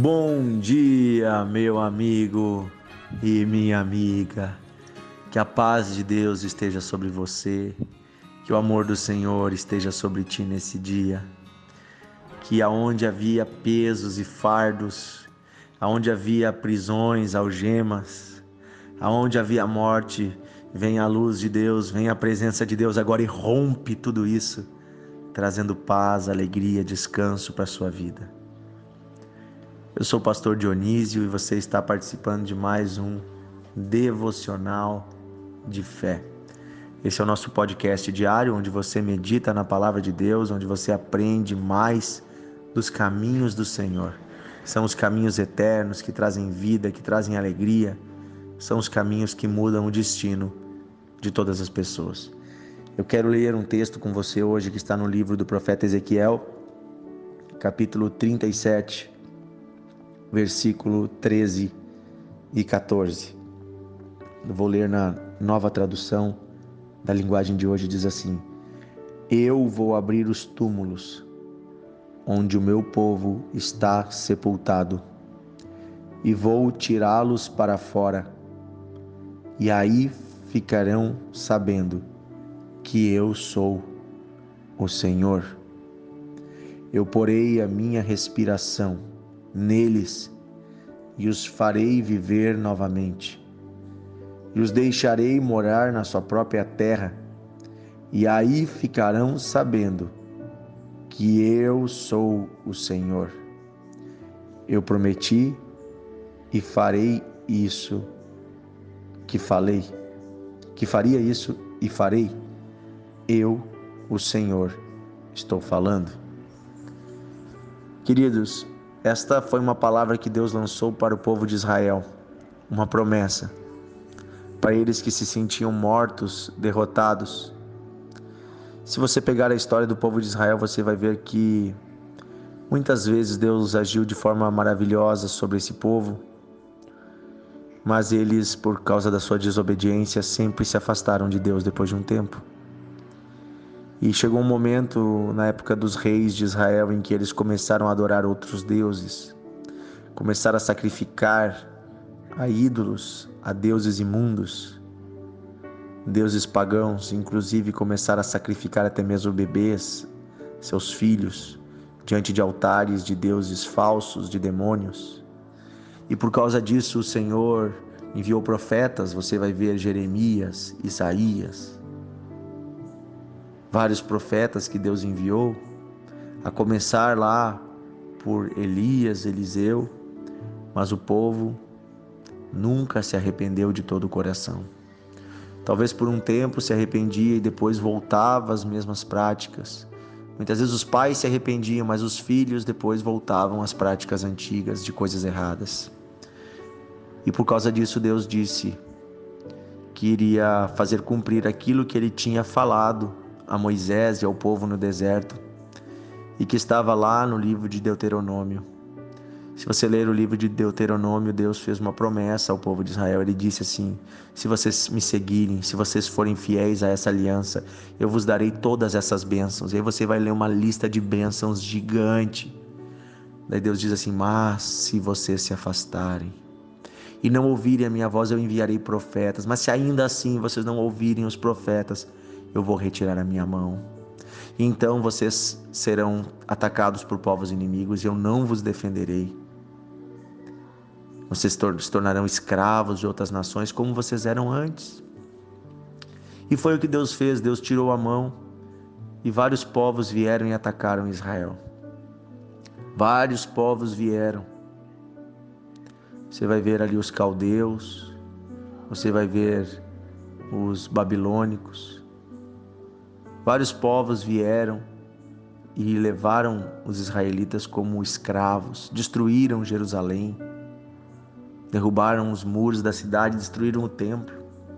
Bom dia, meu amigo e minha amiga. Que a paz de Deus esteja sobre você, que o amor do Senhor esteja sobre ti nesse dia. Que aonde havia pesos e fardos, aonde havia prisões, algemas, aonde havia morte, venha a luz de Deus, venha a presença de Deus agora e rompe tudo isso, trazendo paz, alegria, descanso para a sua vida. Eu sou o pastor Dionísio e você está participando de mais um devocional de fé. Esse é o nosso podcast diário, onde você medita na palavra de Deus, onde você aprende mais dos caminhos do Senhor. São os caminhos eternos que trazem vida, que trazem alegria. São os caminhos que mudam o destino de todas as pessoas. Eu quero ler um texto com você hoje que está no livro do profeta Ezequiel, capítulo 37, versículo 13 e 14. Eu vou ler na nova tradução da linguagem de hoje, diz assim: Eu vou abrir os túmulos onde o meu povo está sepultado e vou tirá-los para fora, e aí ficarão sabendo que eu sou o Senhor. Eu porei a minha respiração neles e os farei viver novamente, e os deixarei morar na sua própria terra, e aí ficarão sabendo que eu sou o Senhor. Eu prometi e farei isso que falei, que faria isso e farei. Eu, o Senhor, estou falando. Queridos, esta foi uma palavra que Deus lançou para o povo de Israel, uma promessa, para eles que se sentiam mortos, derrotados. Se você pegar a história do povo de Israel, você vai ver que muitas vezes Deus agiu de forma maravilhosa sobre esse povo, mas eles, por causa da sua desobediência, sempre se afastaram de Deus depois de um tempo. E chegou um momento, na época dos reis de Israel, em que eles começaram a adorar outros deuses, começaram a sacrificar a ídolos, a deuses imundos, deuses pagãos, inclusive começaram a sacrificar até mesmo bebês, seus filhos, diante de altares de deuses falsos, de demônios. E por causa disso o Senhor enviou profetas, você vai ver Jeremias, Isaías, vários profetas que Deus enviou, a começar lá por Elias, Eliseu, mas o povo nunca se arrependeu de todo o coração. Talvez por um tempo se arrependia e depois voltava às mesmas práticas. Muitas vezes os pais se arrependiam, mas os filhos depois voltavam às práticas antigas de coisas erradas. E por causa disso Deus disse que iria fazer cumprir aquilo que ele tinha falado a Moisés e ao povo no deserto, e que estava lá no livro de Deuteronômio. Se você ler o livro de Deuteronômio, Deus fez uma promessa ao povo de Israel. Ele disse assim: se vocês me seguirem, se vocês forem fiéis a essa aliança, eu vos darei todas essas bênçãos. E aí você vai ler uma lista de bênçãos gigante. Daí Deus diz assim: mas se vocês se afastarem e não ouvirem a minha voz, eu enviarei profetas. Mas se ainda assim vocês não ouvirem os profetas, eu vou retirar a minha mão. E então vocês serão atacados por povos inimigos e eu não vos defenderei. Vocês se tornarão escravos de outras nações como vocês eram antes. E foi o que Deus fez. Deus tirou a mão e vários povos vieram e atacaram Israel. Vários povos vieram. Você vai ver ali os caldeus, você vai ver os babilônicos. Vários povos vieram e levaram os israelitas como escravos, destruíram Jerusalém, derrubaram os muros da cidade, destruíram o templo.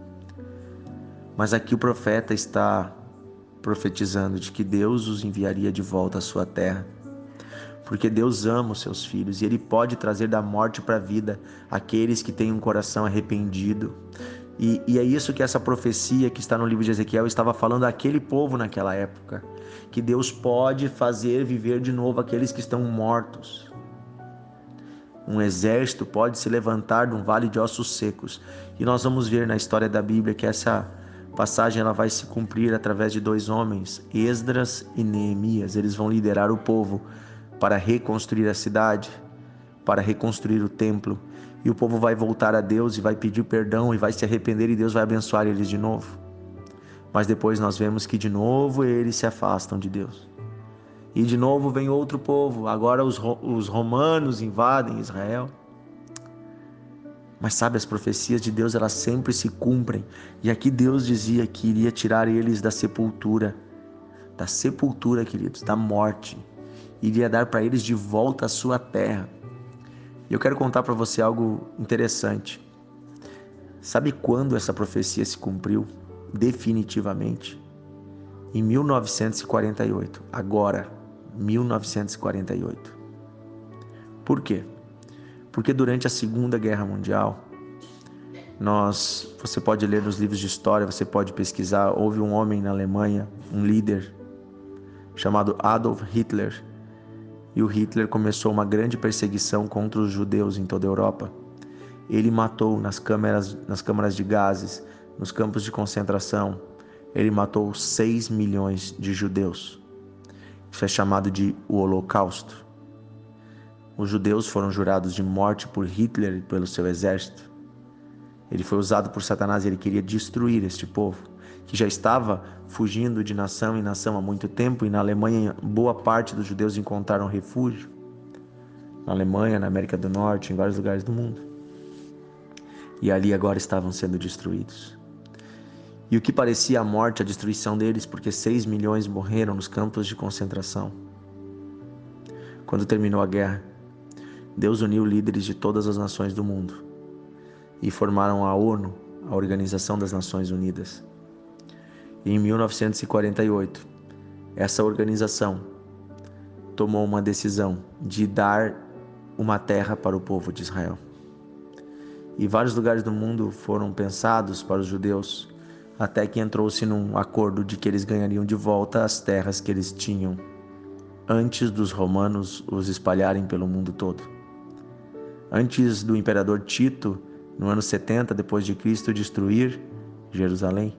Mas aqui o profeta está profetizando de que Deus os enviaria de volta à sua terra, porque Deus ama os seus filhos e Ele pode trazer da morte para a vida aqueles que têm um coração arrependido. E é isso que essa profecia que está no livro de Ezequiel estava falando àquele povo naquela época, que Deus pode fazer viver de novo aqueles que estão mortos. um exército pode se levantar de um vale de ossos secos. E nós vamos ver na história da Bíblia que essa passagem ela vai se cumprir através de dois homens, Esdras e Neemias. Eles vão liderar o povo para reconstruir a cidade, para reconstruir o templo. E o povo vai voltar a Deus e vai pedir perdão e vai se arrepender e Deus vai abençoar eles de novo. Mas depois nós vemos que de novo eles se afastam de Deus. E de novo vem outro povo, agora os romanos invadem Israel. Mas sabe, as profecias de Deus, elas sempre se cumprem. E aqui Deus dizia que iria tirar eles da sepultura, queridos, da morte. Iria dar para eles de volta a sua terra. E eu quero contar para você algo interessante. Sabe quando essa profecia se cumpriu? Definitivamente. Em 1948. Agora, 1948. Por quê? Porque durante a Segunda Guerra Mundial, você pode ler nos livros de história, você pode pesquisar, houve um homem na Alemanha, um líder, chamado Adolf Hitler, e o Hitler começou uma grande perseguição contra os judeus em toda a Europa. Ele matou nas câmaras de gases, nos campos de concentração, ele matou 6 milhões de judeus. Isso é chamado de o Holocausto. Os judeus foram jurados de morte por Hitler e pelo seu exército. Ele foi usado por Satanás e ele queria destruir este povo, que já estava fugindo de nação em nação há muito tempo, e na Alemanha boa parte dos judeus encontraram refúgio. Na Alemanha, na América do Norte, em vários lugares do mundo. E ali agora estavam sendo destruídos. E o que parecia a morte, a destruição deles, porque 6 milhões morreram nos campos de concentração. Quando terminou a guerra, Deus uniu líderes de todas as nações do mundo e formaram a ONU, a Organização das Nações Unidas. E em 1948, essa organização tomou uma decisão de dar uma terra para o povo de Israel. E vários lugares do mundo foram pensados para os judeus, até que entrou-se num acordo de que eles ganhariam de volta as terras que eles tinham antes dos romanos os espalharem pelo mundo todo. Antes do imperador Tito, no ano 70 depois de Cristo, destruir Jerusalém.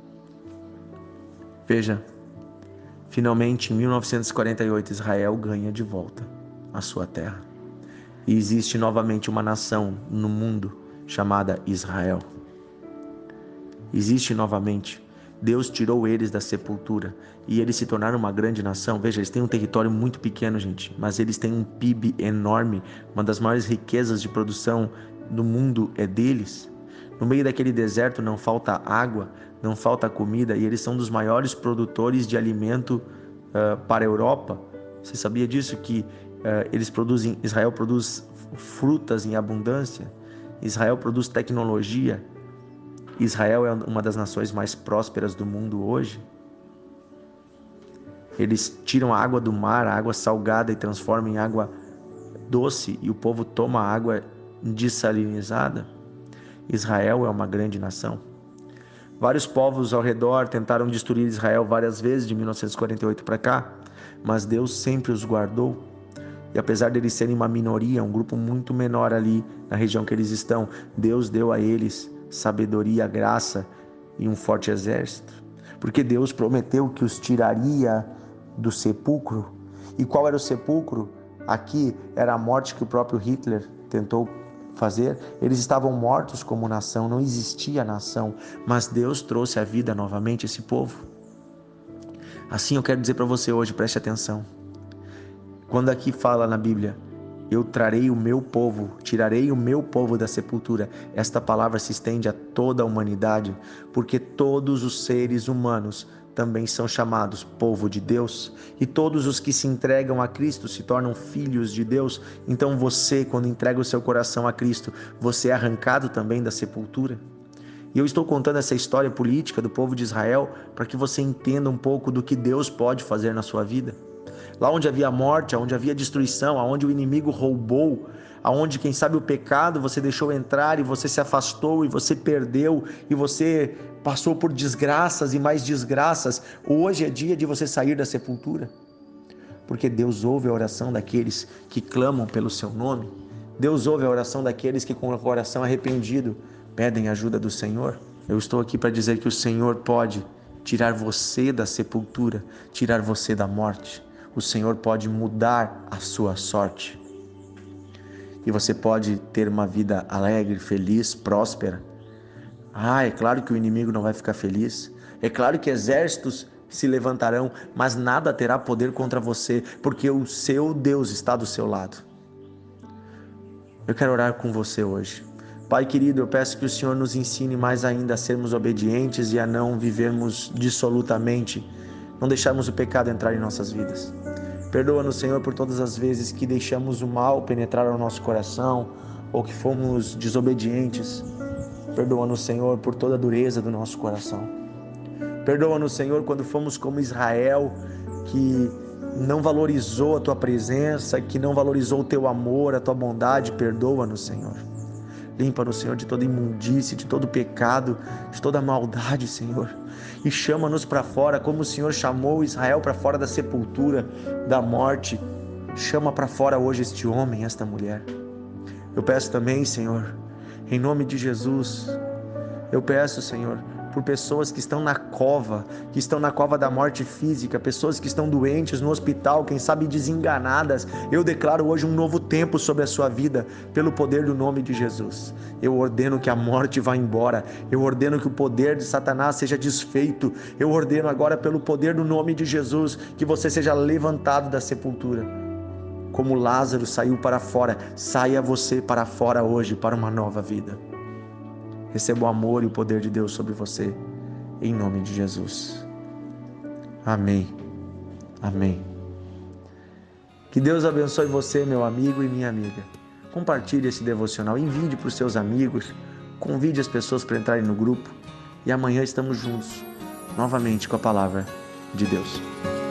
Veja, finalmente em 1948 Israel ganha de volta a sua terra. E existe novamente uma nação no mundo chamada Israel. Existe novamente. Deus tirou eles da sepultura e eles se tornaram uma grande nação. Veja, eles têm um território muito pequeno, gente, mas eles têm um PIB enorme. Uma das maiores riquezas de produção do mundo é deles. No meio daquele deserto não falta água, não falta comida, e eles são dos maiores produtores de alimento para a Europa. Você sabia disso? Que Israel produz frutas em abundância, Israel produz tecnologia. Israel é uma das nações mais prósperas do mundo hoje. Eles tiram a água do mar, a água salgada, e transformam em água doce, e o povo toma água dessalinizada. Israel é uma grande nação. Vários povos ao redor tentaram destruir Israel várias vezes de 1948 para cá, mas Deus sempre os guardou. E apesar de eles serem uma minoria, um grupo muito menor ali na região que eles estão, Deus deu a eles sabedoria, graça e um forte exército, porque Deus prometeu que os tiraria do sepulcro. E qual era o sepulcro? Aqui era a morte que o próprio Hitler tentou fazer. Eles estavam mortos como nação, não existia nação, mas Deus trouxe à vida novamente esse povo. Assim eu quero dizer para você hoje, preste atenção. Quando aqui fala na Bíblia, eu trarei o meu povo, tirarei o meu povo da sepultura, esta palavra se estende a toda a humanidade, porque todos os seres humanos também são chamados povo de Deus, e todos os que se entregam a Cristo se tornam filhos de Deus. Então você, quando entrega o seu coração a Cristo, você é arrancado também da sepultura. E eu estou contando essa história política do povo de Israel para que você entenda um pouco do que Deus pode fazer na sua vida. Lá onde havia morte, onde havia destruição, onde o inimigo roubou, aonde, quem sabe, o pecado você deixou entrar e você se afastou e você perdeu e você passou por desgraças e mais desgraças, hoje é dia de você sair da sepultura, porque Deus ouve a oração daqueles que clamam pelo seu nome. Deus ouve a oração daqueles que com o coração arrependido pedem ajuda do Senhor. Eu estou aqui para dizer que o Senhor pode tirar você da sepultura, tirar você da morte. O Senhor pode mudar a sua sorte. E você pode ter uma vida alegre, feliz, próspera. É claro que o inimigo não vai ficar feliz. É claro que exércitos se levantarão, mas nada terá poder contra você, porque o seu Deus está do seu lado. Eu quero orar com você hoje. Pai querido, eu peço que o Senhor nos ensine mais ainda a sermos obedientes e a não vivermos dissolutamente, não deixarmos o pecado entrar em nossas vidas. Perdoa-nos, Senhor, por todas as vezes que deixamos o mal penetrar ao nosso coração ou que fomos desobedientes. Perdoa-nos, Senhor, por toda a dureza do nosso coração. Perdoa-nos, Senhor, quando fomos como Israel, que não valorizou a Tua presença, que não valorizou o Teu amor, a Tua bondade. Perdoa-nos, Senhor. Limpa-nos, Senhor, de toda imundície, de todo pecado, de toda maldade, Senhor. E chama-nos para fora, como o Senhor chamou Israel para fora da sepultura, da morte. Chama para fora hoje este homem, esta mulher. Eu peço também, Senhor, em nome de Jesus, eu peço, Senhor, por pessoas que estão na cova da morte física, pessoas que estão doentes no hospital, quem sabe desenganadas. Eu declaro hoje um novo tempo sobre a sua vida, pelo poder do nome de Jesus. Eu ordeno que a morte vá embora, eu ordeno que o poder de Satanás seja desfeito, eu ordeno agora pelo poder do nome de Jesus, que você seja levantado da sepultura. Como Lázaro saiu para fora, saia você para fora hoje, para uma nova vida. Receba o amor e o poder de Deus sobre você, em nome de Jesus. Amém. Amém. Que Deus abençoe você, meu amigo e minha amiga. Compartilhe esse devocional, envie para os seus amigos, convide as pessoas para entrarem no grupo e amanhã estamos juntos, novamente com a palavra de Deus.